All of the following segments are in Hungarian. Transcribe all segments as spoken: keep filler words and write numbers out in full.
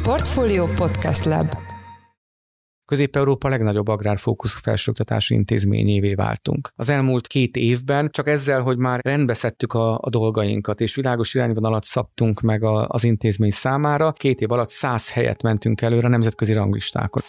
Portfolio Podcast Lab. Közép-Európa legnagyobb agrárfókuszú felsőoktatási intézményévé váltunk. Az elmúlt két évben csak ezzel, hogy már rendbe szedtük a, a dolgainkat, és világos irányvonalat szabtunk meg a, az intézmény számára, két év alatt száz helyet mentünk előre a nemzetközi ranglistákon.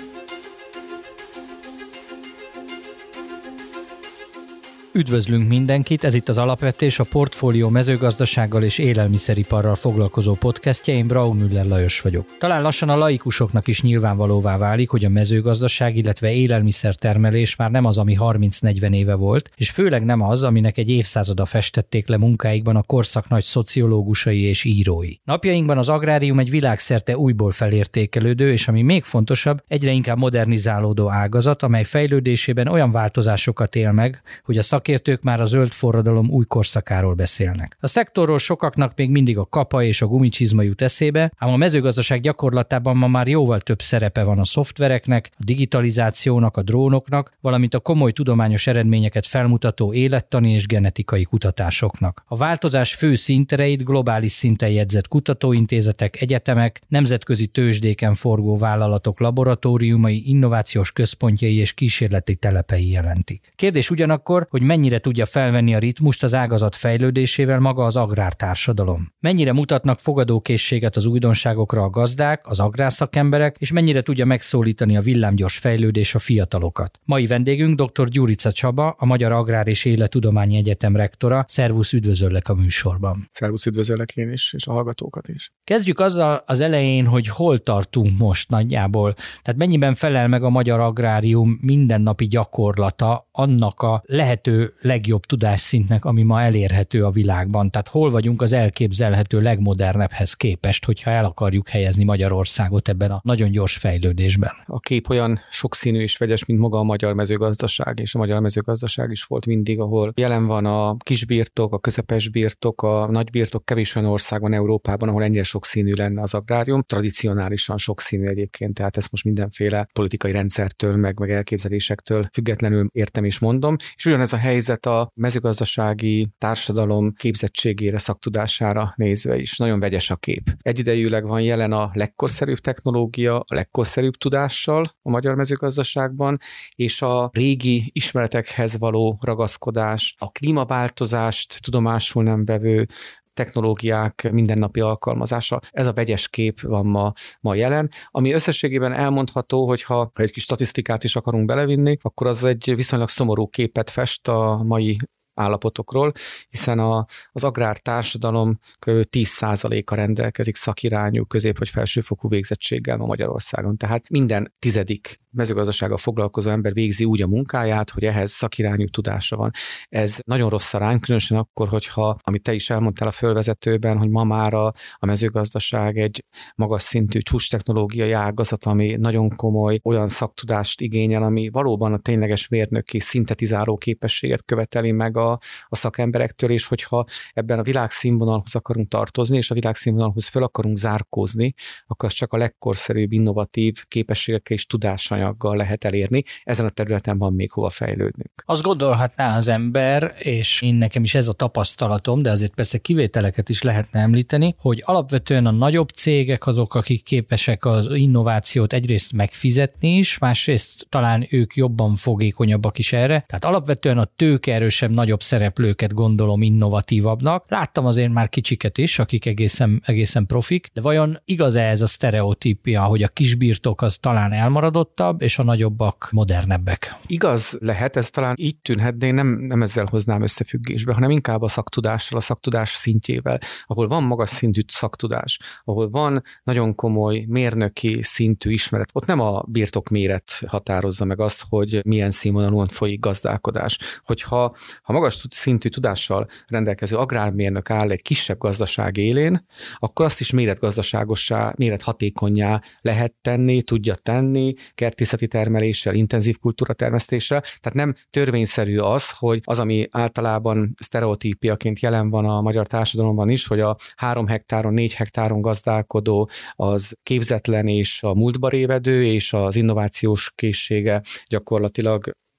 Üdvözlünk mindenkit, ez itt az Alapvetés, a Portfólió mezőgazdasággal és élelmiszeriparral foglalkozó podcastje, én Braunmüller Lajos vagyok. Talán lassan a laikusoknak is nyilvánvalóvá válik, hogy a mezőgazdaság, illetve élelmiszertermelés már nem az, ami harminc-negyven éve volt, és főleg nem az, aminek egy évszázada festették le munkáikban a korszak nagy szociológusai és írói. Napjainkban az agrárium egy világszerte újból felértékelődő, és ami még fontosabb, egyre inkább modernizálódó ágazat, amely fejlődésében olyan változásokat él meg, hogy a szakértők már a zöld forradalom új korszakáról beszélnek. A szektorról sokaknak még mindig a kapa és a gumicsizma jut eszébe, ám a mezőgazdaság gyakorlatában ma már jóval több szerepe van a szoftvereknek, a digitalizációnak, a drónoknak, valamint a komoly tudományos eredményeket felmutató élettani és genetikai kutatásoknak. A változás fő színtereit globális szinten jegyzett kutatóintézetek, egyetemek, nemzetközi tőzsdéken forgó vállalatok laboratóriumai, innovációs központjai és kísérleti telepei jelentik. Kérdés ugyanakkor, hogy mennyire tudja felvenni a ritmust az ágazat fejlődésével maga az agrártársadalom. Mennyire mutatnak fogadókészséget az újdonságokra a gazdák, az agrárszakemberek, és mennyire tudja megszólítani a villámgyors fejlődés a fiatalokat. Mai vendégünk dr. Gyurica Csaba, a Magyar Agrár és Élettudományi Egyetem rektora. Szervusz, üdvözöllek a műsorban. Szervusz, üdvözöllek én is, és a hallgatókat is. Kezdjük azzal az elején, hogy hol tartunk most nagyjából. Tehát mennyiben felel meg a magyar agrárium mindennapi gyakorlata annak a lehető legjobb tudásszintnek, ami ma elérhető a világban. Tehát hol vagyunk az elképzelhető legmodernebbhez képest, hogyha el akarjuk helyezni Magyarországot ebben a nagyon gyors fejlődésben. A kép olyan sokszínű és vegyes, mint maga a magyar mezőgazdaság, és a magyar mezőgazdaság is volt mindig, ahol jelen van a kisbirtok, a közepes birtok, a nagybirtok, kevés olyan ország van Európában, ahol ennyire sokszínű lenne az agrárium. Tradicionálisan sokszínű egyébként, tehát ezt most mindenféle politikai rendszertől, meg, meg elképzelésektől függetlenül értem és mondom. És ugyanez a helyzet a mezőgazdasági társadalom képzettségére, szaktudására nézve is. Nagyon vegyes a kép. Egyidejűleg van jelen a legkorszerűbb technológia, a legkorszerűbb tudással a magyar mezőgazdaságban, és a régi ismeretekhez való ragaszkodás, a klímaváltozást tudomásul nem vevő technológiák mindennapi alkalmazása. Ez a vegyes kép van ma, ma jelen, ami összességében elmondható, hogy ha egy kis statisztikát is akarunk belevinni, akkor az egy viszonylag szomorú képet fest a mai állapotokról, hiszen a, az agrártársadalom kb. tíz százaléka rendelkezik szakirányú, közép- vagy felsőfokú végzettséggel ma Magyarországon. Tehát minden tizedik mezőgazdasággal foglalkozó ember végzi úgy a munkáját, hogy ehhez szakirányú tudása van. Ez nagyon rossz arány, különösen akkor, hogyha, amit te is elmondtál a fölvezetőben, hogy ma már a, a mezőgazdaság egy magas szintű csúcstechnológiai ágazat, ami nagyon komoly, olyan szaktudást igényel, ami valóban a tényleges mérnöki szintetizáló képességet követeli meg a, a szakemberektől, és hogyha ebben a világszínvonalhoz akarunk tartozni, és a világszínvonalhoz föl akarunk zárkózni, akkor az csak a legkorszerűbb, innovatív képességekkel és tudásanyaggal lehet elérni. Ezen a területen van még hova fejlődnünk. Azt gondolhatná az ember, és én nekem is ez a tapasztalatom, de azért persze kivételeket is lehetne említeni, hogy alapvetően a nagyobb cégek azok, akik képesek az innovációt egyrészt megfizetni is, másrészt talán ők jobban fogékonyabbak is erre. Tehát alapvetően a tőkeerősebb nagyobb szereplőket gondolom innovatívabbnak. Láttam azért már kicsiket is, akik egészen, egészen profik, de vajon igaz-e ez a sztereotípia, hogy a kisbirtok az talán elmaradottabb, és a nagyobbak modernebbek? Igaz lehet, ez talán így tűnhet, de én nem, nem ezzel hoznám összefüggésbe, hanem inkább a szaktudással, a szaktudás szintjével, ahol van magas szintű szaktudás, ahol van nagyon komoly mérnöki szintű ismeret. Ott nem a birtok méret határozza meg azt, hogy milyen színvonalúan folyik gazdálkodás. Hogyha ha magas szintű tudással rendelkező agrármérnök áll egy kisebb gazdaság élén, akkor azt is méretgazdaságossá, mérethatékonnyá lehet tenni, tudja tenni, kertészeti termeléssel, intenzív kultúratermesztéssel, tehát nem törvényszerű az, hogy az, ami általában sztereotípiaként jelen van a magyar társadalomban is, hogy a három hektáron, négy hektáron gazdálkodó az képzetlen és a múltba révedő, és az innovációs készsége gyakorlatilag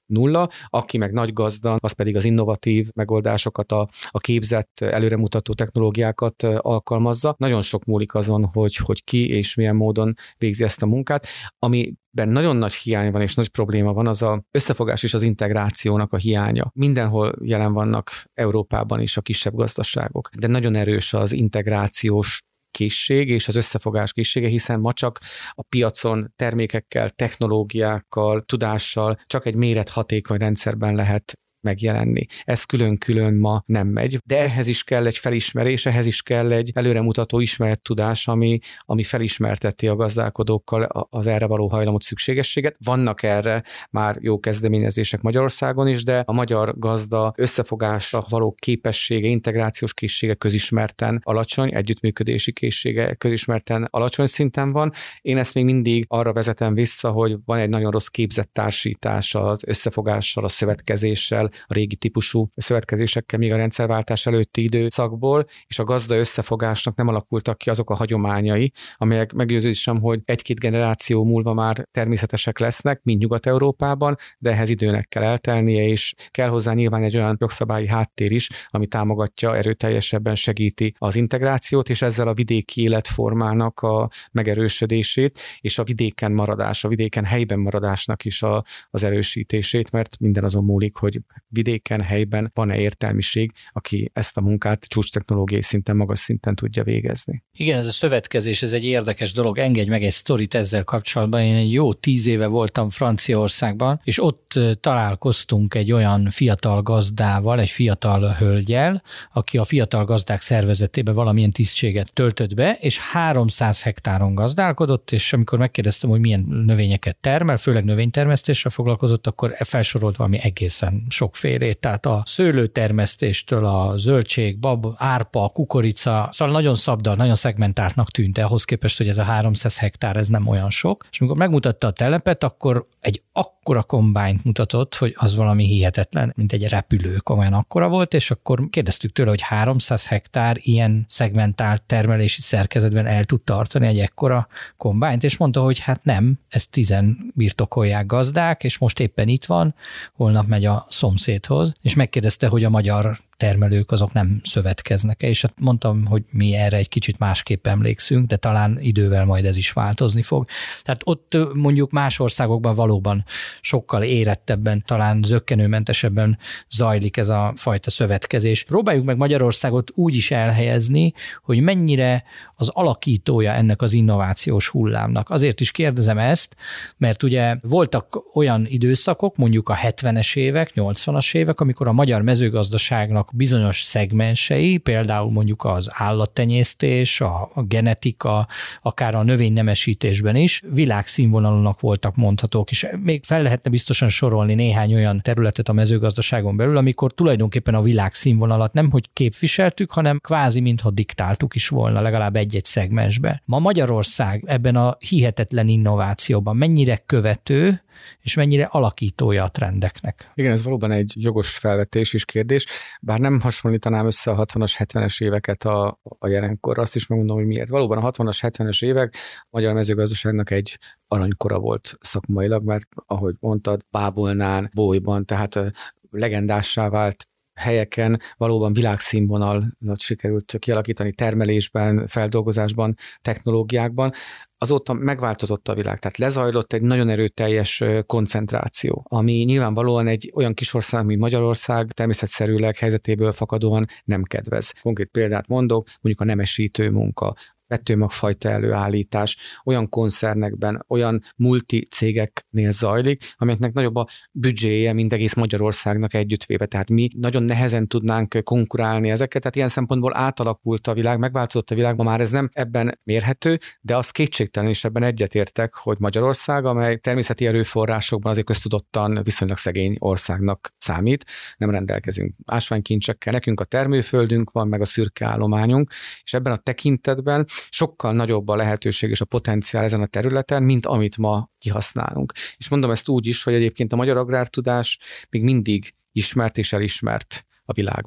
nulla, aki meg nagy gazda, az pedig az innovatív megoldásokat, a, a képzett, előremutató technológiákat alkalmazza. Nagyon sok múlik azon, hogy, hogy ki és milyen módon végzi ezt a munkát. Amiben nagyon nagy hiány van és nagy probléma van, az az összefogás és az integrációnak a hiánya. Mindenhol jelen vannak Európában is a kisebb gazdaságok, de nagyon erős az integrációs készség és az összefogás készsége, hiszen ma csak a piacon termékekkel, technológiákkal, tudással csak egy mérethatékony rendszerben lehet megjelenni. Ez külön-külön ma nem megy, de ehhez is kell egy felismerés, ehhez is kell egy előremutató ismerettudás, ami, ami felismerteti a gazdálkodókkal az erre való hajlamot, szükségességet. Vannak erre már jó kezdeményezések Magyarországon is, de a magyar gazda összefogásra való képessége, integrációs készsége közismerten alacsony, együttműködési készsége közismerten alacsony szinten van. Én ezt még mindig arra vezetem vissza, hogy van egy nagyon rossz képzett társítás az összefogással, a szövetkezéssel, a régi típusú szövetkezésekkel még a rendszerváltás előtti időszakból, és a gazda összefogásnak nem alakultak ki azok a hagyományai, amelyek meggyőződésem, hogy egy-két generáció múlva már természetesek lesznek, mind Nyugat-Európában, de ehhez időnek kell eltelnie, és kell hozzá nyilván egy olyan jogszabályi háttér is, ami támogatja, erőteljesebben segíti az integrációt, és ezzel a vidéki életformának a megerősödését, és a vidéken maradás, a vidéken helyben maradásnak is a, az erősítését, mert minden azon múlik, hogy vidéken, helyben van-e értelmiség, aki ezt a munkát csúcstechnológiai szinten, magas szinten tudja végezni. Igen, ez a szövetkezés, ez egy érdekes dolog. Engedj meg egy sztorit ezzel kapcsolatban. Én egy jó tíz éve voltam Franciaországban, és ott találkoztunk egy olyan fiatal gazdával, egy fiatal hölgyel, aki a fiatal gazdák szervezetében valamilyen tisztséget töltött be, és háromszáz hektáron gazdálkodott, és amikor megkérdeztem, hogy milyen növényeket termel, főleg növénytermesztéssel foglalkozott, akkor felsorolt valami egészen sokfélét, tehát a szőlőtermesztéstől a zöldség, bab, árpa, kukorica, szóval nagyon szabdal, nagyon szegmentáltnak tűnt, ahhoz képest, hogy ez a háromszáz hektár, ez nem olyan sok. És amikor megmutatta a telepet, akkor egy akkora kombányt mutatott, hogy az valami hihetetlen, mint egy repülő, komolyan akkora volt, és akkor kérdeztük tőle, hogy háromszáz hektár ilyen szegmentált termelési szerkezetben el tud tartani egy ekkora kombányt, és mondta, hogy hát nem, ezt tizen birtokolják gazdák, és most éppen itt van, holnap megy a szomszédhoz, és megkérdezte, hogy a magyar termelők azok nem szövetkeznek-e, és hát mondtam, hogy mi erre egy kicsit másképp emlékszünk, de talán idővel majd ez is változni fog. Tehát ott mondjuk más országokban valóban sokkal érettebben, talán zökkenőmentesebben zajlik ez a fajta szövetkezés. Próbáljuk meg Magyarországot úgy is elhelyezni, hogy mennyire az alakítója ennek az innovációs hullámnak. Azért is kérdezem ezt, mert ugye voltak olyan időszakok, mondjuk a hetvenes évek, nyolcvanas évek, amikor a magyar mezőgazdaságnak bizonyos szegmensei, például mondjuk az állattenyésztés, a, a genetika, akár a növénynemesítésben is világszínvonalúnak voltak mondhatók, és még fel lehetne biztosan sorolni néhány olyan területet a mezőgazdaságon belül, amikor tulajdonképpen a világszínvonalat nem hogy képviseltük, hanem kvázi mintha diktáltuk is volna legalább egy-egy szegmensbe. Ma Magyarország ebben a hihetetlen innovációban mennyire követő, és mennyire alakítója a trendeknek. Igen, ez valóban egy jogos felvetés és kérdés, bár nem hasonlítanám össze a hatvanas, hetvenes éveket a, a jelenkorra, azt is megmondom, hogy miért. Valóban a hatvanas, hetvenes évek a magyar mezőgazdaságnak egy aranykora volt szakmailag, mert ahogy mondtad, Bábolnán, Bólyban, tehát legendássá vált helyeken valóban világszínvonalat sikerült kialakítani termelésben, feldolgozásban, technológiákban. Azóta megváltozott a világ, tehát lezajlott egy nagyon erőteljes koncentráció, ami nyilvánvalóan egy olyan kis ország, mint Magyarország természetszerűleg helyzetéből fakadóan nem kedvez. Konkrét példát mondok, mondjuk a nemesítő munka, vetőmagfajta előállítás olyan koncernekben, olyan multi cégeknél zajlik, amelyeknek nagyobb a büdzséje, mint egész Magyarországnak együttvéve. Tehát mi nagyon nehezen tudnánk konkurálni ezeket, tehát ilyen szempontból átalakult a világ, megváltozott a világban, már ez nem ebben mérhető, de az kétségtelen is ebben egyetértek, hogy Magyarország, amely természeti erőforrásokban azért köztudottan viszonylag szegény országnak számít, nem rendelkezünk ásványkincsekkel, nekünk a termőföldünk van, meg a szürke állományunk, és ebben a tekintetben sokkal nagyobb a lehetőség és a potenciál ezen a területen, mint amit ma kihasználunk. És mondom ezt úgy is, hogy egyébként a magyar agrártudás még mindig ismert és elismert a világban.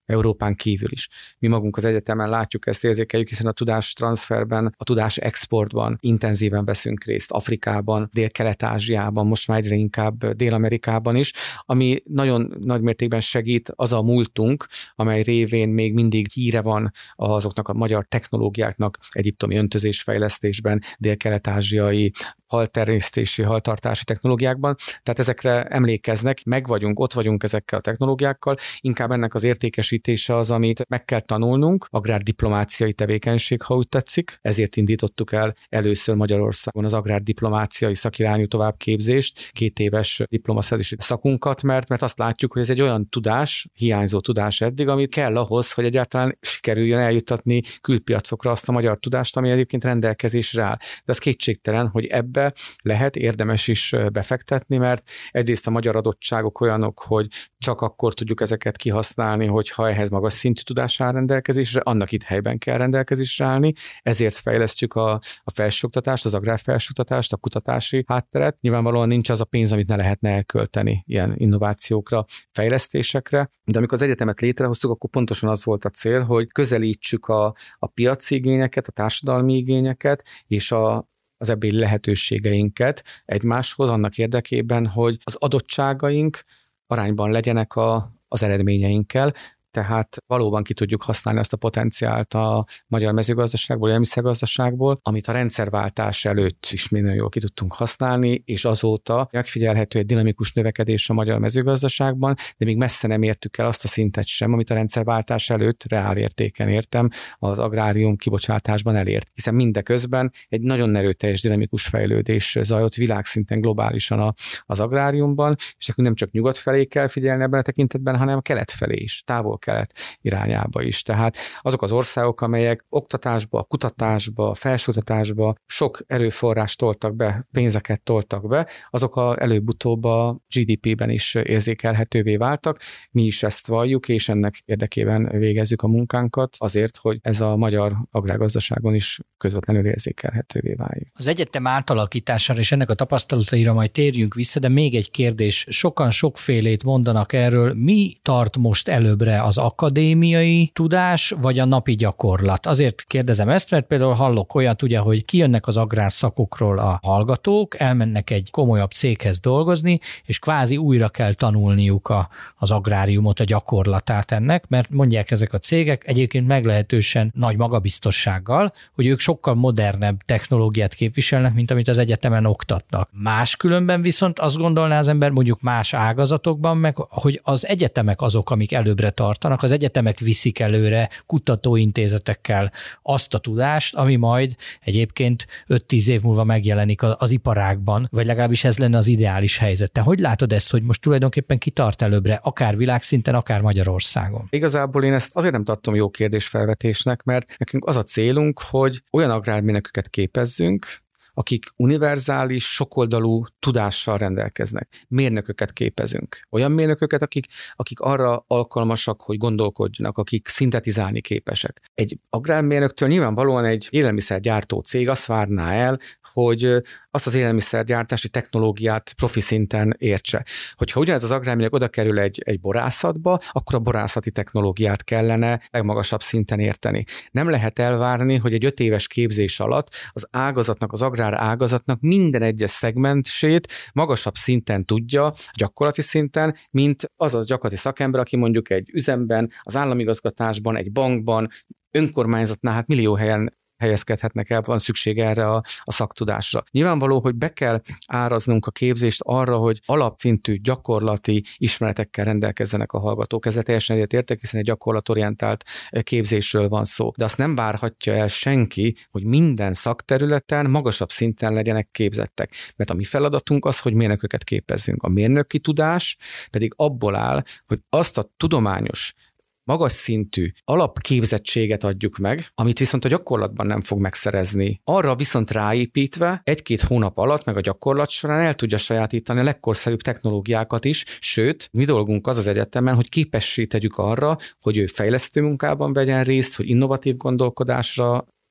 Európán kívül is. Mi magunk az egyetemen látjuk ezt, érzékeljük, hiszen a tudás transferben, a tudás exportban intenzíven veszünk részt, Afrikában, Dél-Kelet-Ázsiában, most már egyre inkább Dél-Amerikában is, ami nagyon nagy mértékben segít az a múltunk, amely révén még mindig híre van azoknak a magyar technológiáknak, egyiptomi öntözésfejlesztésben, dél-kelet-ázsiai halterésztési, haltartási technológiákban, tehát ezekre emlékeznek, meg vagyunk, ott vagyunk ezekkel a technológiákkal, inkább ennek az értékesítése az, amit meg kell tanulnunk, agrárdiplomáciai tevékenység, ha úgy tetszik, ezért indítottuk el először Magyarországon az agrárdiplomáciai szakirányú továbbképzést, két éves diplomaszerzési szakunkat, mert, mert azt látjuk, hogy ez egy olyan tudás, hiányzó tudás eddig, amit kell ahhoz, hogy egyáltalán sikerüljön eljuttatni külpiacokra azt a magyar tudást, ami egyébként rendelkezésre áll. De az kétségtelen, hogy ebbe lehet, érdemes is befektetni, mert egyrészt a magyar adottságok olyanok, hogy csak akkor tudjuk ezeket kihasználni, hogyha ehhez magas szintű tudás áll rendelkezésre, annak itt helyben kell rendelkezésre állni, ezért fejlesztjük a, a felsőoktatást, az agrárfelsőoktatást, a kutatási hátteret. Nyilvánvalóan nincs az a pénz, amit ne lehetne elkölteni ilyen innovációkra, fejlesztésekre, de amikor az egyetemet létrehoztuk, akkor pontosan az volt a cél, hogy közelítsük a, a piaci igényeket, a társadalmi igényeket, és a az ebbéli lehetőségeinket egymáshoz annak érdekében, hogy az adottságaink arányban legyenek a, az eredményeinkkel, tehát valóban ki tudjuk használni azt a potenciált a magyar mezőgazdaságból, élelmiszergazdaságból, amit a rendszerváltás előtt is nagyon jól ki tudtunk használni, és azóta megfigyelhető egy dinamikus növekedés a magyar mezőgazdaságban, de még messze nem értük el azt a szintet sem, amit a rendszerváltás előtt reál értéken értem, az agrárium kibocsátásban elért. Hiszen mindeközben egy nagyon erőteljes dinamikus fejlődés zajlott világszinten globálisan a, az agráriumban, és nekünk nem csak nyugat felé kell figyelni ebben a tekintetben, hanem kelet felé is, távol kelet irányába is. Tehát azok az országok, amelyek oktatásba, kutatásba, felsőoktatásba sok erőforrást toltak be, pénzeket toltak be, azok a előbb-utóbb a gé dé pében is érzékelhetővé váltak. Mi is ezt valljuk, és ennek érdekében végezzük a munkánkat azért, hogy ez a magyar agrárgazdaságon is közvetlenül érzékelhetővé váljék. Az egyetem átalakítására és ennek a tapasztalataira majd térjünk vissza, de még egy kérdés. Sokan sokfélét mondanak erről. Mi tart most előbbre, az akadémiai tudás, vagy a napi gyakorlat? Azért kérdezem ezt, mert például hallok olyat, ugye, hogy kijönnek az agrárszakokról a hallgatók, elmennek egy komolyabb céghez dolgozni, és kvázi újra kell tanulniuk a, az agráriumot, a gyakorlatát ennek, mert mondják ezek a cégek egyébként meglehetősen nagy magabiztossággal, hogy ők sokkal modernebb technológiát képviselnek, mint amit az egyetemen oktatnak. Máskülönben viszont azt gondolná az ember mondjuk más ágazatokban meg, hogy az egyetemek azok, amik előbbre tartanak, az egyetemek viszik előre kutatóintézetekkel azt a tudást, ami majd egyébként öt-tíz év múlva megjelenik az iparágban, vagy legalábbis ez lenne az ideális helyzet. Te hogy látod ezt, hogy most tulajdonképpen ki tart előbbre, akár világszinten, akár Magyarországon? Igazából én ezt azért nem tartom jó kérdésfelvetésnek, mert nekünk az a célunk, hogy olyan agrármérnököket képezzünk, akik univerzális, sokoldalú tudással rendelkeznek. Mérnököket képezünk. Olyan mérnököket, akik, akik arra alkalmasak, hogy gondolkodjanak, akik szintetizálni képesek. Egy agrármérnöktől nyilvánvalóan egy élelmiszergyártó cég azt várná el, hogy azt az élelmiszergyártási technológiát profi szinten értse. Hogyha ugyanez az agrármérnök oda kerül egy, egy borászatba, akkor a borászati technológiát kellene legmagasabb szinten érteni. Nem lehet elvárni, hogy egy öt éves képzés alatt az ágazatnak, az agrár ágazatnak minden egyes szegmensét magasabb szinten tudja, gyakorlati szinten, mint az a gyakorlati szakember, aki mondjuk egy üzemben, az államigazgatásban, egy bankban, önkormányzatnál, hát millió helyen helyezkedhetnek el, van szükség erre a, a szaktudásra. Nyilvánvaló, hogy be kell áraznunk a képzést arra, hogy alapszintű gyakorlati ismeretekkel rendelkezzenek a hallgatók. Ezzel teljesen egyetértek, hiszen egy gyakorlatorientált képzésről van szó. De azt nem várhatja el senki, hogy minden szakterületen magasabb szinten legyenek képzettek. Mert a mi feladatunk az, hogy mérnököket képezzünk. A mérnöki tudás pedig abból áll, hogy azt a tudományos magas szintű alapképzettséget adjuk meg, amit viszont a gyakorlatban nem fog megszerezni. Arra viszont ráépítve egy-két hónap alatt, meg a gyakorlat során el tudja sajátítani a legkorszerűbb technológiákat is, sőt, mi dolgunk az az egyetemen, hogy képessé tegyük arra, hogy ő fejlesztő munkában vegyen részt, hogy innovatív gondolkodásra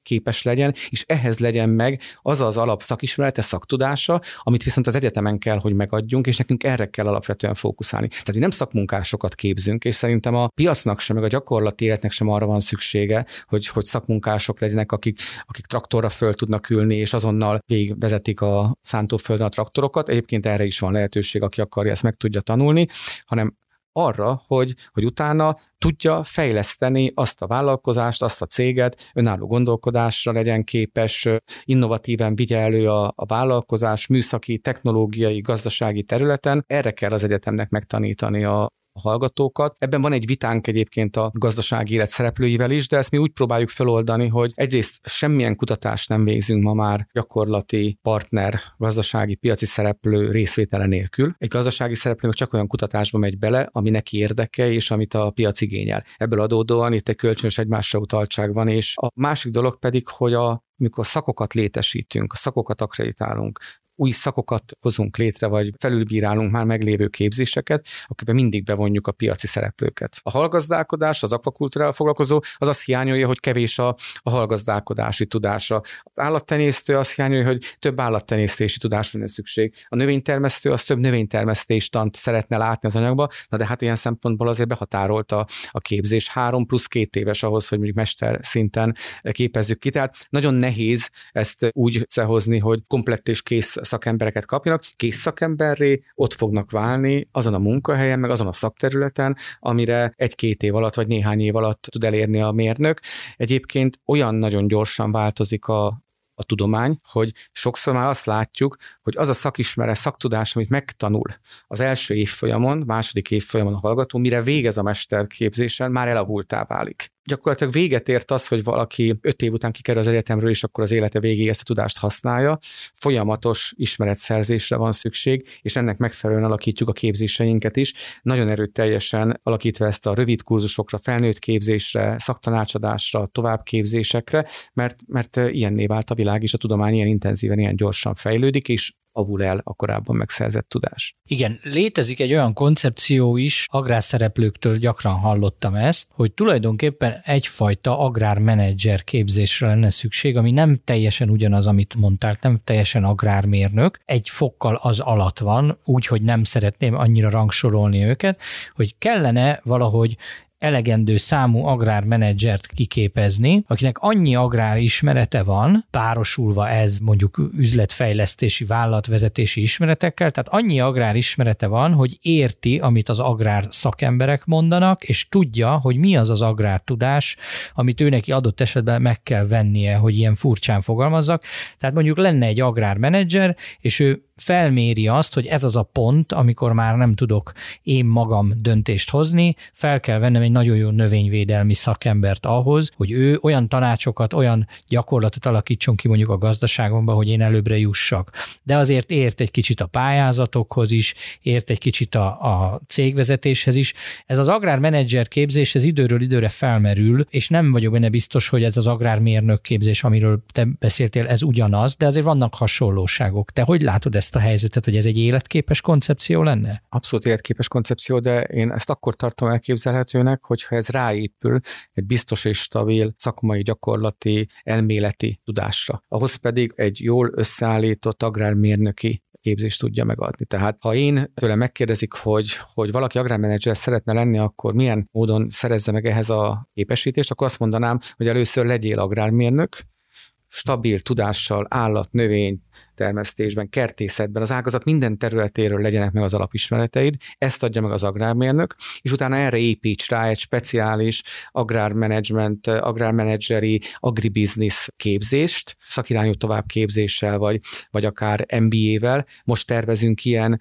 képes legyen, és ehhez legyen meg az az alap szakismerete, szaktudása, amit viszont az egyetemen kell, hogy megadjunk, és nekünk erre kell alapvetően fókuszálni. Tehát mi nem szakmunkásokat képzünk, és szerintem a piacnak sem, meg a gyakorlati életnek sem arra van szüksége, hogy, hogy szakmunkások legyenek, akik, akik traktorra föl tudnak ülni, és azonnal végigvezetik a szántóföldön a traktorokat. Egyébként erre is van lehetőség, aki akarja, ezt meg tudja tanulni, hanem arra, hogy, hogy utána tudja fejleszteni azt a vállalkozást, azt a céget, önálló gondolkodásra legyen képes, innovatíven vigye elő a, a vállalkozás műszaki, technológiai, gazdasági területen. Erre kell az egyetemnek megtanítani a a hallgatókat. Ebben van egy vitánk egyébként a gazdasági élet szereplőivel is, de ezt mi úgy próbáljuk feloldani, hogy egyrészt semmilyen kutatást nem végzünk ma már gyakorlati partner, gazdasági, piaci szereplő részvétele nélkül. Egy gazdasági szereplő csak olyan kutatásba megy bele, ami neki érdeke, és amit a piac igényel. Ebből adódóan itt egy kölcsönös egymásra utaltság van, és a másik dolog pedig, hogy a, amikor szakokat létesítünk, a szakokat akkreditálunk, új szakokat hozunk létre, vagy felülbírálunk már meglévő képzéseket, akkor mindig bevonjuk a piaci szereplőket. A hallgazdálkodás, az akvakultúrával foglalkozó, az azt hiányolja, hogy kevés a, a hallgazdálkodási tudása. Az állattenyésztő azt hiányolja, hogy több állattenyésztési tudásra lenne szükség. A növénytermesztő az több növénytermesztéstant szeretne látni az anyagba, na de hát ilyen szempontból azért behatárolta a képzés. Három plusz két éves ahhoz, hogy mondjuk mester szinten képezzük ki. Tehát nagyon nehéz ezt úgy összehozni, hogy komplett és kész szakembereket kapjanak, kész szakemberré ott fognak válni azon a munkahelyen, meg azon a szakterületen, amire egy-két év alatt, vagy néhány év alatt tud elérni a mérnök. Egyébként olyan nagyon gyorsan változik a a tudomány, hogy sokszor már azt látjuk, hogy az a szakismeret, szaktudás, amit megtanul az első évfolyamon, második évfolyamon a hallgató, mire végez a mesterképzésen, már elavultá válik. Gyakorlatilag véget ért az, hogy valaki öt év után kikerül az egyetemről, és akkor az élete végéig ezt a tudást használja. Folyamatos ismeretszerzésre van szükség, és ennek megfelelően alakítjuk a képzéseinket is. Nagyon erőteljesen alakítva ezt a rövid kurzusokra, felnőtt képzésre, szaktanácsadásra, továbbképzésekre, mert, mert ilyenné vált a világ, és a tudomány ilyen intenzíven, ilyen gyorsan fejlődik, és avul el a korábban megszerzett tudás. Igen, létezik egy olyan koncepció is, agrárszereplőktől gyakran hallottam ezt, hogy tulajdonképpen egyfajta agrármenedzser képzésre lenne szükség, ami nem teljesen ugyanaz, amit mondtál, nem teljesen agrármérnök, egy fokkal az alatt van, úgyhogy nem szeretném annyira rangsorolni őket, hogy kellene valahogy elegendő számú agrármenedzsert kiképezni, akinek annyi agrár ismerete van, párosulva ez mondjuk üzletfejlesztési, vállalatvezetési ismeretekkel, tehát annyi agrár ismerete van, hogy érti, amit az agrár szakemberek mondanak, és tudja, hogy mi az az agrártudás, amit ő neki adott esetben meg kell vennie, hogy ilyen furcsán fogalmazzak. Tehát mondjuk lenne egy agrármenedzser, és ő felméri azt, hogy ez az a pont, amikor már nem tudok én magam döntést hozni, fel kell vennem egy nagyon jó növényvédelmi szakembert ahhoz, hogy ő olyan tanácsokat, olyan gyakorlatot alakítson ki mondjuk a gazdaságomban, hogy én előbbre jussak. De azért ért egy kicsit a pályázatokhoz is, ért egy kicsit a, a cégvezetéshez is. Ez az agrármenedzser képzés, ez időről időre felmerül, és nem vagyok benne biztos, hogy ez az agrármérnök képzés, amiről te beszéltél, ez ugyanaz, de azért vannak hasonlóságok. Te hogy látod ezt a helyzetet, hogy ez egy életképes koncepció lenne? Abszolút életképes koncepció, de én ezt akkor tartom elképzelhetőnek, hogyha ez ráépül egy biztos és stabil szakmai, gyakorlati, elméleti tudásra. Ahhoz pedig egy jól összeállított agrármérnöki képzést tudja megadni. Tehát ha én tőlem megkérdezik, hogy, hogy valaki agrármenedzser szeretne lenni, akkor milyen módon szerezze meg ehhez a képesítést, akkor azt mondanám, hogy először legyél agrármérnök, stabil tudással, állat, növény, termesztésben, kertészetben, az ágazat minden területéről legyenek meg az alapismereteid, ezt adja meg az agrármérnök, és utána erre építs rá egy speciális agrármenedzsment, agrármenedzseri, agribiznisz képzést, szakirányú továbbképzéssel, vagy, vagy akár em bé á-vel. Most tervezünk ilyen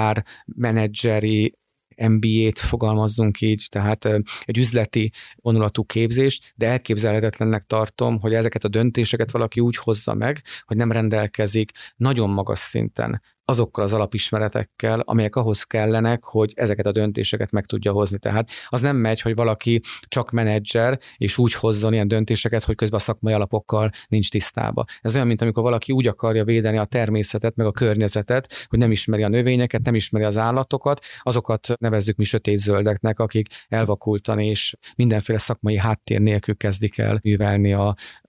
agrármenedzseri em bé á-t fogalmazzunk így, tehát egy üzleti vonulatú képzést, de elképzelhetetlennek tartom, hogy ezeket a döntéseket valaki úgy hozza meg, hogy nem rendelkezik nagyon magas szinten azokkal az alapismeretekkel, amelyek ahhoz kellenek, hogy ezeket a döntéseket meg tudja hozni. Tehát az nem megy, hogy valaki csak menedzser, és úgy hozzon ilyen döntéseket, hogy közben a szakmai alapokkal nincs tisztába. Ez olyan, mint amikor valaki úgy akarja védeni a természetet, meg a környezetet, hogy nem ismeri a növényeket, nem ismeri az állatokat, azokat nevezzük mi sötétzöldeknek, akik elvakultan és mindenféle szakmai háttér nélkül kezdik el művelni a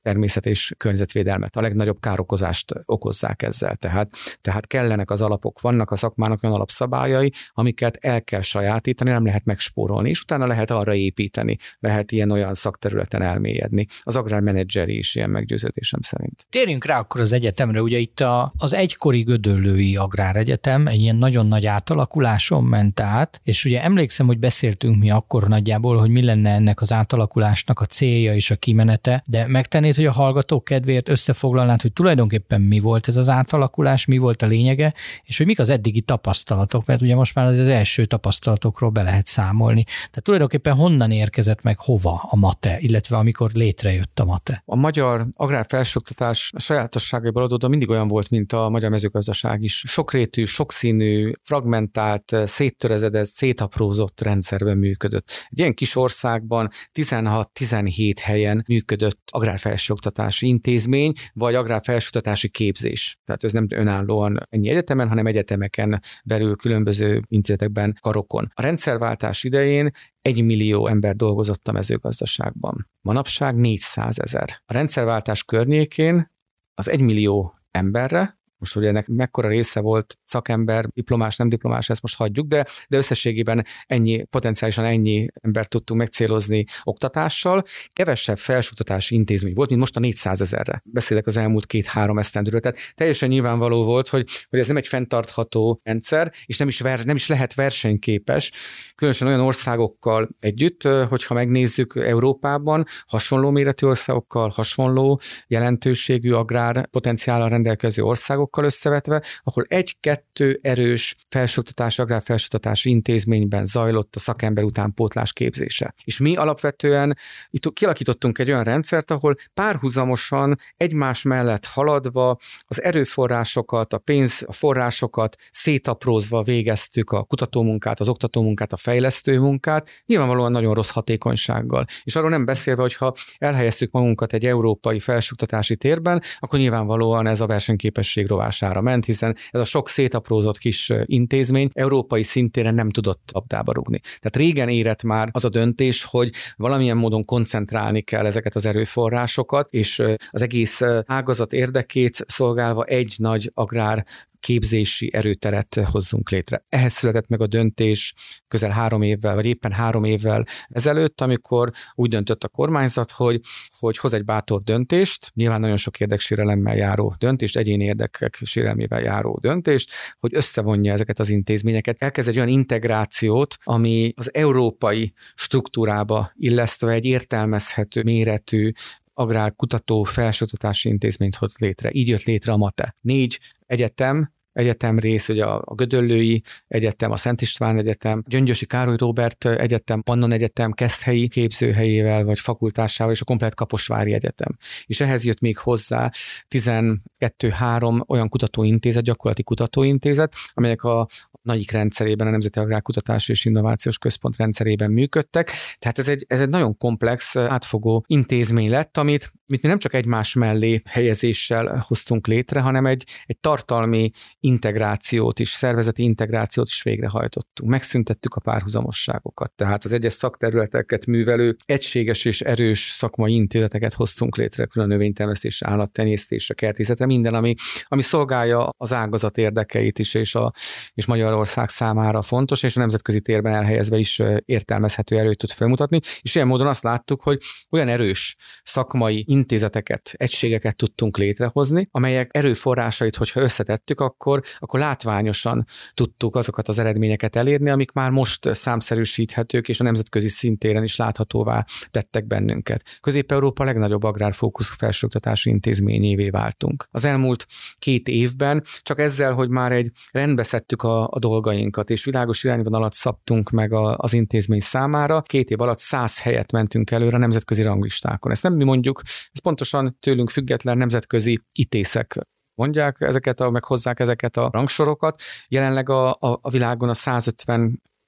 természet és környezetvédelmet, a legnagyobb károkozást okozzák ezzel. Tehát, tehát kellenek az alapok, vannak a szakmának olyan alapszabályai, amiket el kell sajátítani, nem lehet megspórolni, és utána lehet arra építeni, lehet ilyen-olyan szakterületen elmélyedni. Az agrármenedzseri is ilyen meggyőződésem szerint. Térjünk rá akkor az egyetemre, ugye itt a, az egykori Gödöllői Agráregyetem egy ilyen nagyon nagy átalakuláson ment át, és ugye emlékszem, hogy beszéltünk mi akkor nagyjából, hogy mi lenne ennek az átalakulásnak a célja és a kimenete, de megtennéd, hogy a hallgatók kedvéért összefoglalnád, hogy tulajdonképpen mi volt ez az átalakulás, mi volt a lényege, és hogy mik az eddigi tapasztalatok, mert ugye most már az, az első tapasztalatokról be lehet számolni. Tehát tulajdonképpen honnan érkezett meg hova a MATE, illetve amikor létrejött a MATE? A magyar agrárfelsőoktatás sajátosságaiból adódóan mindig olyan volt, mint a magyar mezőgazdaság is. Sokrétű, sokszínű, fragmentált, széttörezedett, szétaprózott rendszerben működött. Egy ilyen kis országban tizenhat-tizenhét helyen működött agrárfelsőoktatási intézmény, vagy agrárfelsőoktatási képzés. Tehát ez nem önállóan ennyi egyetemen, hanem egyetemeken belül különböző intézetekben, karokon. A rendszerváltás idején egy millió ember dolgozott a mezőgazdaságban. Manapság négyszázezer. A rendszerváltás környékén az egy millió emberre, most ugye ennek mekkora része volt szakember, diplomás, nem diplomás, ezt most hagyjuk, de, de összességében ennyi, potenciálisan ennyi embert tudtunk megcélozni oktatással. Kevesebb felsőoktatási intézmény volt, mint most a négyszázezerre. Beszélek az elmúlt két-három esztendőről. Tehát teljesen nyilvánvaló volt, hogy, hogy ez nem egy fenntartható rendszer, és nem is, ver, nem is lehet versenyképes, különösen olyan országokkal együtt, hogyha megnézzük Európában, hasonló méretű országokkal, hasonló jelentőségű agrár potenciállal rendelkező országok összevetve, ahol egy-kettő erős felsőoktatási, agrárfelsőoktatási intézményben zajlott a szakember utánpótlás képzése. És mi alapvetően itt kialakítottunk egy olyan rendszert, ahol párhuzamosan egymás mellett haladva az erőforrásokat, a pénz, a forrásokat szétaprózva végeztük a kutatómunkát, az oktatómunkát, a fejlesztő munkát, nyilvánvalóan nagyon rossz hatékonysággal. És arról nem beszélve, hogyha elhelyeztük magunkat egy európai felsőoktatási térben, akkor nyilvánvalóan ez a versenyképesség rovására ment, hiszen ez a sok szétaprózott kis intézmény európai szintéren nem tudott labdába rúgni. Tehát régen érett már az a döntés, hogy valamilyen módon koncentrálni kell ezeket az erőforrásokat, és az egész ágazat érdekét szolgálva egy nagy agrár képzési erőteret hozzunk létre. Ehhez született meg a döntés közel három évvel, vagy éppen három évvel ezelőtt, amikor úgy döntött a kormányzat, hogy, hogy hoz egy bátor döntést, nyilván nagyon sok érdeksérelemmel járó döntést, egyéni érdekek sérelmével járó döntést, hogy összevonja ezeket az intézményeket. Elkezd egy olyan integrációt, ami az európai struktúrába illesztve egy értelmezhető méretű agrárkutató felsőoktatási intézményt hoz létre. Így jött létre a MATE. Négy egyetem, egyetemrész, ugye a Gödöllői Egyetem, a Szent István Egyetem, Gyöngyösi Károly Róbert Egyetem, Pannon Egyetem kezdhelyi képzőhelyével vagy fakultásával, és a komplett Kaposvári Egyetem. És ehhez jött még hozzá tizenkettő-három olyan kutatóintézet, gyakorlati kutatóintézet, amelyek a NAIK rendszerében, a Nemzeti Agrárkutatási és Innovációs Központ rendszerében működtek. Tehát ez egy, ez egy nagyon komplex, átfogó intézmény lett, amit, amit mi nem csak egymás mellé helyezéssel hoztunk létre, hanem egy, egy tartalmi integrációt is, szervezeti integrációt is végrehajtottunk. Megszüntettük a párhuzamosságokat. Tehát az egyes szakterületeket művelő egységes és erős szakmai intézeteket hoztunk létre, külön növénytermesztésre, állattenyésztésre, kertészetre, minden, ami, ami szolgálja az ágazat érdekeit is, és, a, és Magyarország számára fontos, és a nemzetközi térben elhelyezve is értelmezhető erőt tud felmutatni. És ilyen módon azt láttuk, hogy olyan erős szakmai intézeteket, egységeket tudtunk létrehozni, amelyek erőforrásait, hogyha összetettük, akkor, akkor látványosan tudtuk azokat az eredményeket elérni, amik már most számszerűsíthetők, és a nemzetközi szintéren is láthatóvá tettek bennünket. Közép-Európa legnagyobb agrárfókuszú felsőoktatási intézményévé váltunk. Az elmúlt két évben csak ezzel, hogy már egy rendbe szedtük a, a dolgainkat, és világos irányvonalat szabtunk meg a, az intézmény számára, két év alatt száz helyet mentünk előre a nemzetközi ranglistákon. Ezt nem mi mondjuk, ez pontosan tőlünk független nemzetközi itészek mondják ezeket, a, meg hozzák ezeket a rangsorokat. Jelenleg a, a, a világon a százötven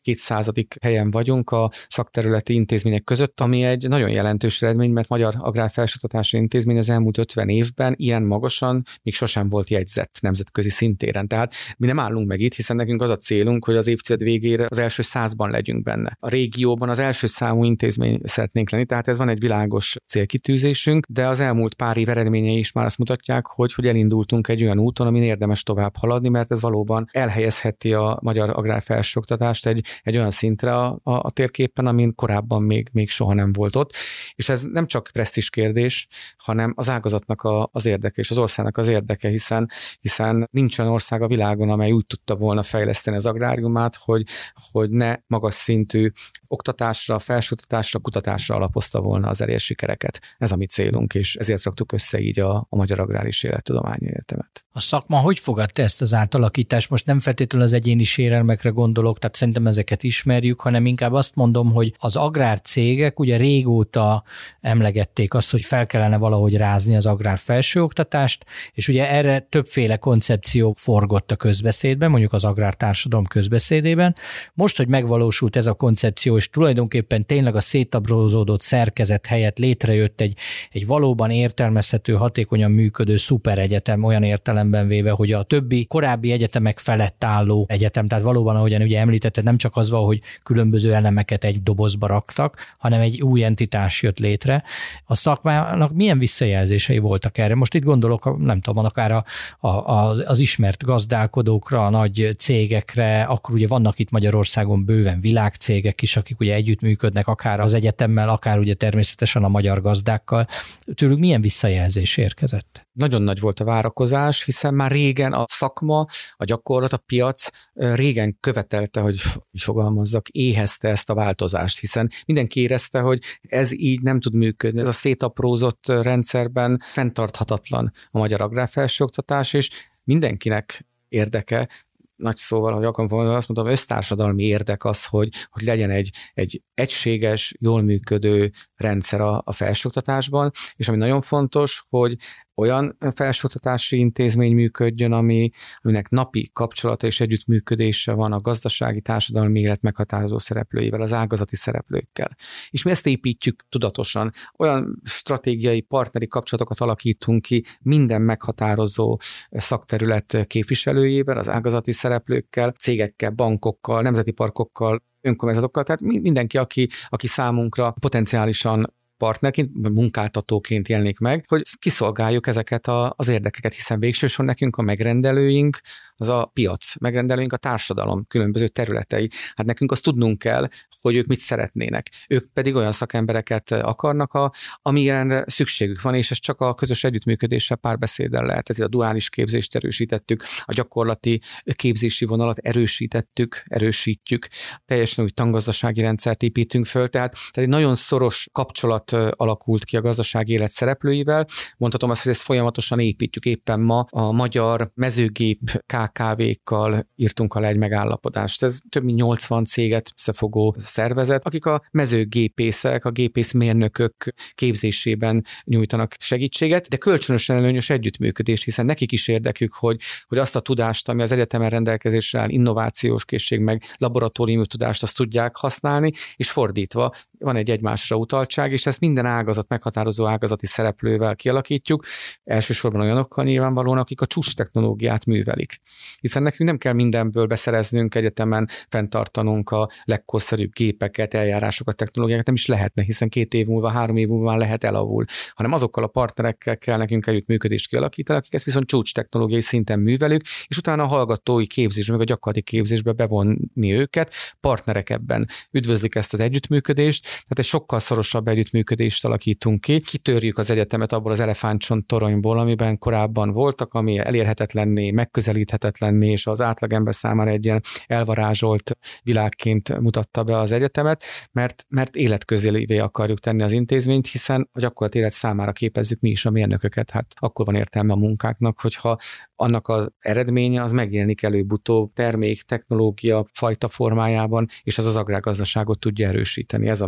kétszázadik helyen vagyunk a szakterületi intézmények között, ami egy nagyon jelentős eredmény, mert Magyar Agrárfelsőoktatási Intézmény az elmúlt ötven évben ilyen magasan még sosem volt jegyzett nemzetközi szintéren. Tehát mi nem állunk meg itt, hiszen nekünk az a célunk, hogy az évtized végére az első százban legyünk benne. A régióban az első számú intézmény szeretnénk lenni, tehát ez van egy világos célkitűzésünk, de az elmúlt pár év eredményei is már azt mutatják, hogy, hogy elindultunk egy olyan úton, amin érdemes tovább haladni, mert ez valóban elhelyezheti a magyar agrárfelsőoktatást egy, egy olyan szintre a, a, a térképen, amin korábban még, még soha nem volt ott. És ez nem csak presztízs kérdés, hanem az ágazatnak a, az érdeke és az országnak az érdeke, hiszen, hiszen nincs olyan ország a világon, amely úgy tudta volna fejleszteni az agráriumát, hogy, hogy ne magas szintű oktatásra, felsőoktatásra, kutatásra alapozta volna az elért sikereket. Ez a mi célunk, és ezért raktuk össze így a, a Magyar Agrár és Élettudományi Egyetemet. A szakma hogy fogadta ezt az átalakítást? Most nem feltétlenül az egyéni sérelmekre gondolok, tehát szerintem ezeket ismerjük, hanem inkább azt mondom, hogy az agrárcégek ugye régóta emlegették azt, hogy fel kellene valahogy rázni az agrár felsőoktatást, és ugye erre többféle koncepció forgott a közbeszédben, mondjuk az agrártársadalom közbeszédében. Most, hogy megvalósult ez a koncepció, és tulajdonképpen tényleg a szétaprózódott szerkezet helyett létrejött egy, egy valóban értelmezhető, hatékonyan működő szuperegyetem, olyan értelemben véve, hogy a többi korábbi egyetemek felett álló egyetem, tehát valóban, ahogyan ugye említetted, nem csak az van, hogy különböző elemeket egy dobozba raktak, hanem egy új entitás jött létre. A szakmának milyen visszajelzései voltak erre? Most itt gondolok, nem tudom, akár a, a, az ismert gazdálkodókra, a nagy cégekre, akkor ugye vannak itt Magyarországon bőven világcégek is, akik ugye együttműködnek akár az egyetemmel, akár ugye természetesen a magyar gazdákkal. Tőlük milyen visszajelzés érkezett? Nagyon nagy volt a várakozás, hiszen már régen a szakma, a gyakorlat, a piac régen követelte, hogy így fogalmazzak, éhezte ezt a változást, hiszen mindenki érezte, hogy ez így nem tud működni. Ez a szétaprózott rendszerben fenntarthatatlan a magyar agrárfelsőoktatás, és mindenkinek érdeke, nagy szóval, hogy akarom azt mondom, össztársadalmi érdek az, hogy, hogy legyen egy, egy egységes, jól működő rendszer a, a felsőoktatásban, és ami nagyon fontos, hogy olyan felsőoktatási intézmény működjön, ami, aminek napi kapcsolata és együttműködése van a gazdasági, társadalmi élet meghatározó szereplőivel, az ágazati szereplőkkel. És mi ezt építjük tudatosan. Olyan stratégiai, partneri kapcsolatokat alakítunk ki minden meghatározó szakterület képviselőjével, az ágazati szereplőkkel, cégekkel, bankokkal, nemzeti parkokkal, önkormányzatokkal, tehát mindenki, aki, aki számunkra potenciálisan partnerként, munkáltatóként jelenik meg, hogy kiszolgáljuk ezeket a, az érdekeket, hiszen végsősorban nekünk a megrendelőink, az a piac, megrendelőink a társadalom különböző területei. Hát nekünk azt tudnunk kell, hogy ők mit szeretnének. Ők pedig olyan szakembereket akarnak, a, amilyenre szükségük van, és ez csak a közös együttműködéssel, párbeszéddel lehet. Ezért a duális képzést erősítettük, a gyakorlati képzési vonalat erősítettük, erősítjük, teljesen új tangazdasági rendszert építünk föl, tehát, tehát egy nagyon szoros kapcsolat alakult ki a gazdasági élet szereplőivel. Mondhatom azt, hogy ezt folyamatosan építjük. Éppen ma a magyar mezőgép ká ká vékkal írtunk alá egy megállapodást. Ez több mint nyolcvan céget összefogó szervezet, akik a mezőgépészek, a gépészmérnökök képzésében nyújtanak segítséget, de kölcsönösen előnyös együttműködést, hiszen nekik is érdekük, hogy, hogy azt a tudást, ami az egyetemen rendelkezésre áll, innovációs készség, meg laboratóriumi tudást, azt tudják használni, és fordítva van egy egymásra utaltság, és ezt minden ágazat meghatározó ágazati szereplővel kialakítjuk, elsősorban olyanokkal nyilvánvalóan, akik a csúcs technológiát művelik. Hiszen nekünk nem kell mindenből beszereznünk egyetemen, fenntartanunk a legkorszerűbb gépeket, eljárásokat, technológiákat, nem is lehetne, hiszen két év múlva, három év múlva már lehet elavul, hanem azokkal a partnerekkel kell nekünk együttműködést kialakítani, akik ezt viszont csúcs technológiai szinten művelük, és utána a hallgatói képzésbe, meg a gyakorlati képzésbe bevonni őket, partnerek ebben üdvözlik ezt az együttműködést, tehát egy sokkal szorosabb együttműködést alakítunk ki, kitörjük az egyetemet abból az elefántcsont toronyból, amiben korábban voltak, ami elérhetetlenné, megközelíthetetlenné, és az átlagember számára egy ilyen elvarázsolt világként mutatta be az egyetemet, mert, mert életközélévé akarjuk tenni az intézményt, hiszen a gyakorlati élet számára képezzük mi is a mérnököket. Hát akkor van értelme a munkáknak, hogyha annak az eredménye az megjelenik előbb-utóbb termék, technológia, fajta formájában, és az az agrárgazdaságot tudja erősíteni. Ez a mi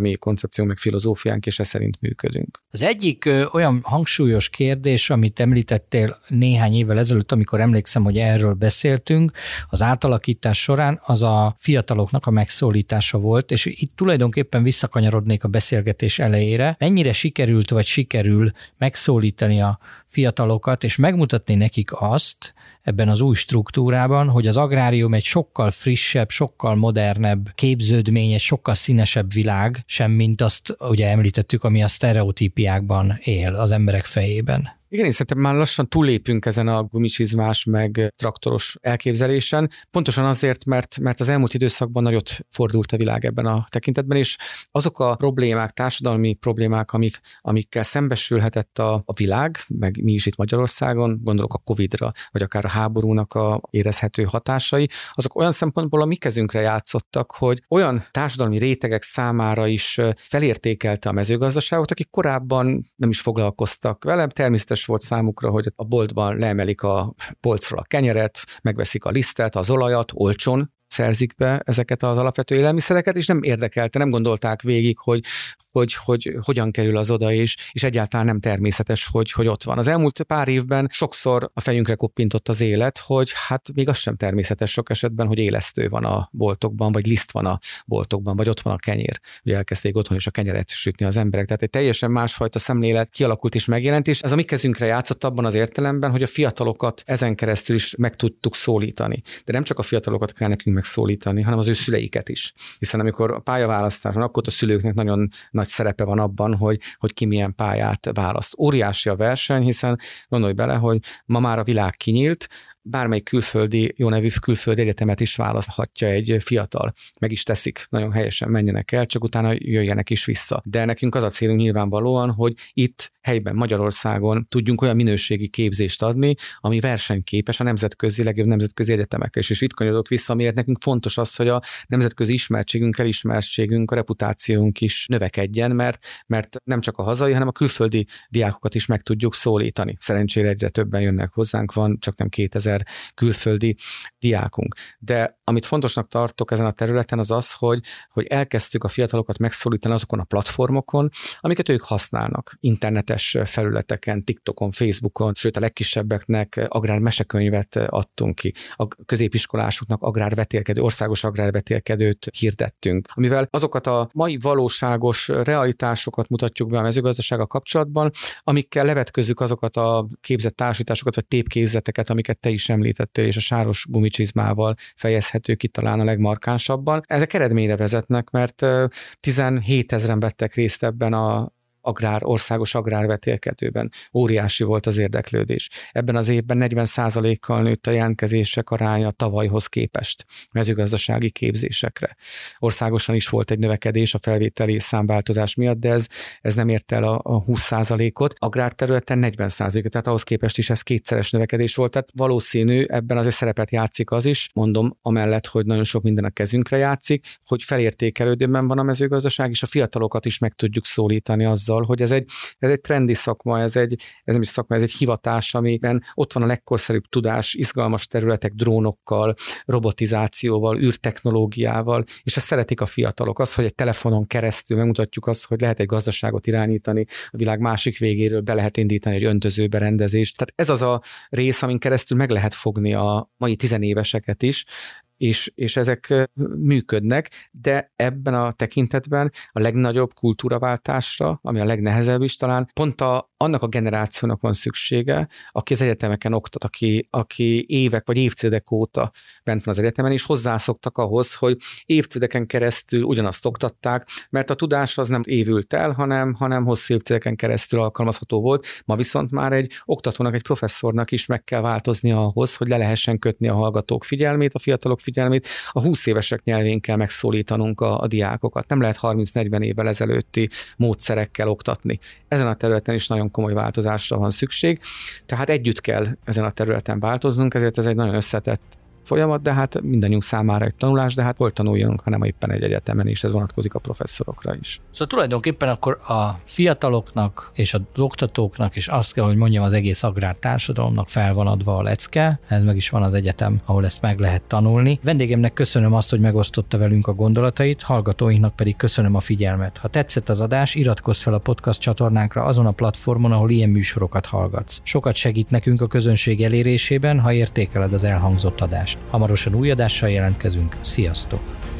mi koncepciónk, meg filozófiánk, és ez szerint működünk. Az egyik ö, olyan hangsúlyos kérdés, amit említettél néhány évvel ezelőtt, amikor emlékszem, hogy erről beszéltünk, az átalakítás során, az a fiataloknak a megszólítása volt, és itt tulajdonképpen visszakanyarodnék a beszélgetés elejére. Mennyire sikerült vagy sikerül megszólítani a fiatalokat, és megmutatni nekik azt ebben az új struktúrában, hogy az agrárium egy sokkal frissebb, sokkal modernebb képződmény, egy sokkal színesebb világ, sem mint azt ugye említettük, ami a sztereotípiákban él az emberek fejében. Igen, én szerintem már lassan túllépünk ezen a gumicsizmás meg traktoros elképzelésen, pontosan azért, mert, mert az elmúlt időszakban nagyot fordult a világ ebben a tekintetben, és azok a problémák, társadalmi problémák, amik, amikkel szembesülhetett a, a világ, meg mi is itt Magyarországon, gondolok a Covidra, vagy akár a háborúnak a érezhető hatásai, azok olyan szempontból a mi kezünkre játszottak, hogy olyan társadalmi rétegek számára is felértékelte a mezőgazdaságot, akik korábban nem is foglalkoztak vele, természetesen volt számukra, hogy a boltban leemelik a polcról a kenyeret, megveszik a lisztet, az olajat, olcsón szerzik be ezeket az alapvető élelmiszereket, és nem érdekelte, nem gondolták végig, hogy Hogy, hogy hogyan kerül az oda, és, és egyáltalán nem természetes, hogy, hogy ott van. Az elmúlt pár évben sokszor a fejünkre koppintott az élet, hogy hát még az sem természetes sok esetben, hogy élesztő van a boltokban, vagy liszt van a boltokban, vagy ott van a kenyér. Ugye elkezdték otthon is a kenyeret sütni az emberek. Tehát egy teljesen másfajta szemlélet kialakult és megjelent, és ez a mi kezünkre játszott abban az értelemben, hogy a fiatalokat ezen keresztül is meg tudtuk szólítani. De nem csak a fiatalokat kell nekünk megszólítani, hanem az ő szüleiket is. Hiszen amikor a pályaválasztáson, akkor a szülőknek nagyon nagy szerepe van abban, hogy, hogy ki milyen pályát választ. Óriási a verseny, hiszen gondolj bele, hogy ma már a világ kinyílt, bármelyik külföldi, jó nevű külföldi egyetemet is választhatja egy fiatal. Meg is teszik, nagyon helyesen menjenek el, csak utána jöjjenek is vissza. De nekünk az a célunk nyilvánvalóan, hogy itt helyben, Magyarországon tudjunk olyan minőségi képzést adni, ami versenyképes a nemzetközi, legjobb nemzetközi egyetemekkel. És itt kanyarodok vissza, miért nekünk fontos az, hogy a nemzetközi ismertségünk, elismertségünk, a reputációnk is növekedjen, mert, mert nem csak a hazai, hanem a külföldi diákokat is meg tudjuk szólítani. Szerencsére egyre többen jönnek hozzánk, van csak nem kétezer külföldi diákunk. De amit fontosnak tartok ezen a területen az az, hogy, hogy elkezdtük a fiatalokat megszólítani azokon a platformokon, amiket ők használnak. Internetes felületeken, TikTokon, Facebookon, sőt a legkisebbeknek agrármesekönyvet adtunk ki. A középiskolásoknak agrárvetélkedő, országos agrárvetélkedőt hirdettünk. Amivel azokat a mai valóságos realitásokat mutatjuk be a mezőgazdasággal kapcsolatban, amikkel levetközzük azokat a képzett társításokat, vagy tépképzeteket, amiket te is említettél, és a sáros gumicsizmával fejezhető ki talán a legmarkánsabban. Ezek eredményre vezetnek, mert tizenhétezren vettek részt ebben a agrár, országos agrárvetélkedőben. Óriási volt az érdeklődés. Ebben az évben negyven százalékkal nőtt a jelentkezések aránya tavalyhoz képest mezőgazdasági képzésekre. Országosan is volt egy növekedés a felvételi számváltozás miatt, de ez, ez nem ért el a, a húsz százalékot. Agrárterületen negyven százalékot, tehát ahhoz képest is ez kétszeres növekedés volt. Tehát valószínű, ebben azért szerepet játszik az is, mondom, amellett, hogy nagyon sok minden a kezünkre játszik, hogy felértékelődőben van a mezőgazdaság, és a fiatalokat is meg tudjuk szólítani azzal, hogy ez egy, ez egy trendi szakma, ez, egy, ez nem is szakma, ez egy hivatás, amiben ott van a legkorszerűbb tudás, izgalmas területek drónokkal, robotizációval, űrtechnológiával, és ezt szeretik a fiatalok. Az, hogy egy telefonon keresztül megmutatjuk azt, hogy lehet egy gazdaságot irányítani, a világ másik végéről be lehet indítani egy öntözőberendezést. Tehát ez az a rész, amin keresztül meg lehet fogni a mai tizenéveseket is, És, és ezek működnek, de ebben a tekintetben a legnagyobb kultúraváltásra, ami a legnehezebb is talán, pont a, annak a generációnak van szüksége, aki az egyetemeken oktat, aki, aki évek vagy évtizedek óta bent van az egyetemen, és hozzászoktak ahhoz, hogy évtizedeken keresztül ugyanazt oktatták, mert a tudás az nem évült el, hanem, hanem hosszú évtizedeken keresztül alkalmazható volt. Ma viszont már egy oktatónak, egy professzornak is meg kell változnia ahhoz, hogy le lehessen kötni a hallgatók figyelmét, a fiatalok figyelmét, a húsz évesek nyelvén kell megszólítanunk a, a diákokat. Nem lehet harminc-negyven évvel ezelőtti módszerekkel oktatni. Ezen a területen is nagyon komoly változásra van szükség, tehát együtt kell ezen a területen változnunk, ezért ez egy nagyon összetett folyamat, de hát mindannyiunk számára egy tanulás, de hát hol tanuljunk, hanem éppen egy egyetemen, és ez vonatkozik a professzorokra is. Szóval tulajdonképpen akkor a fiataloknak és az oktatóknak, és azt kell, hogy mondjam, az egész agrártársadalomnak fel van adva a lecke, ez meg is van az egyetem, ahol ezt meg lehet tanulni. Vendégemnek köszönöm azt, hogy megosztotta velünk a gondolatait, hallgatóinknak pedig köszönöm a figyelmet. Ha tetszett az adás, iratkozz fel a podcast csatornánkra azon a platformon, ahol ilyen műsorokat hallgatsz. Sokat segít nekünk a közönség elérésében, ha értékeled az elhangzott adást. Hamarosan új adással jelentkezünk. Sziasztok!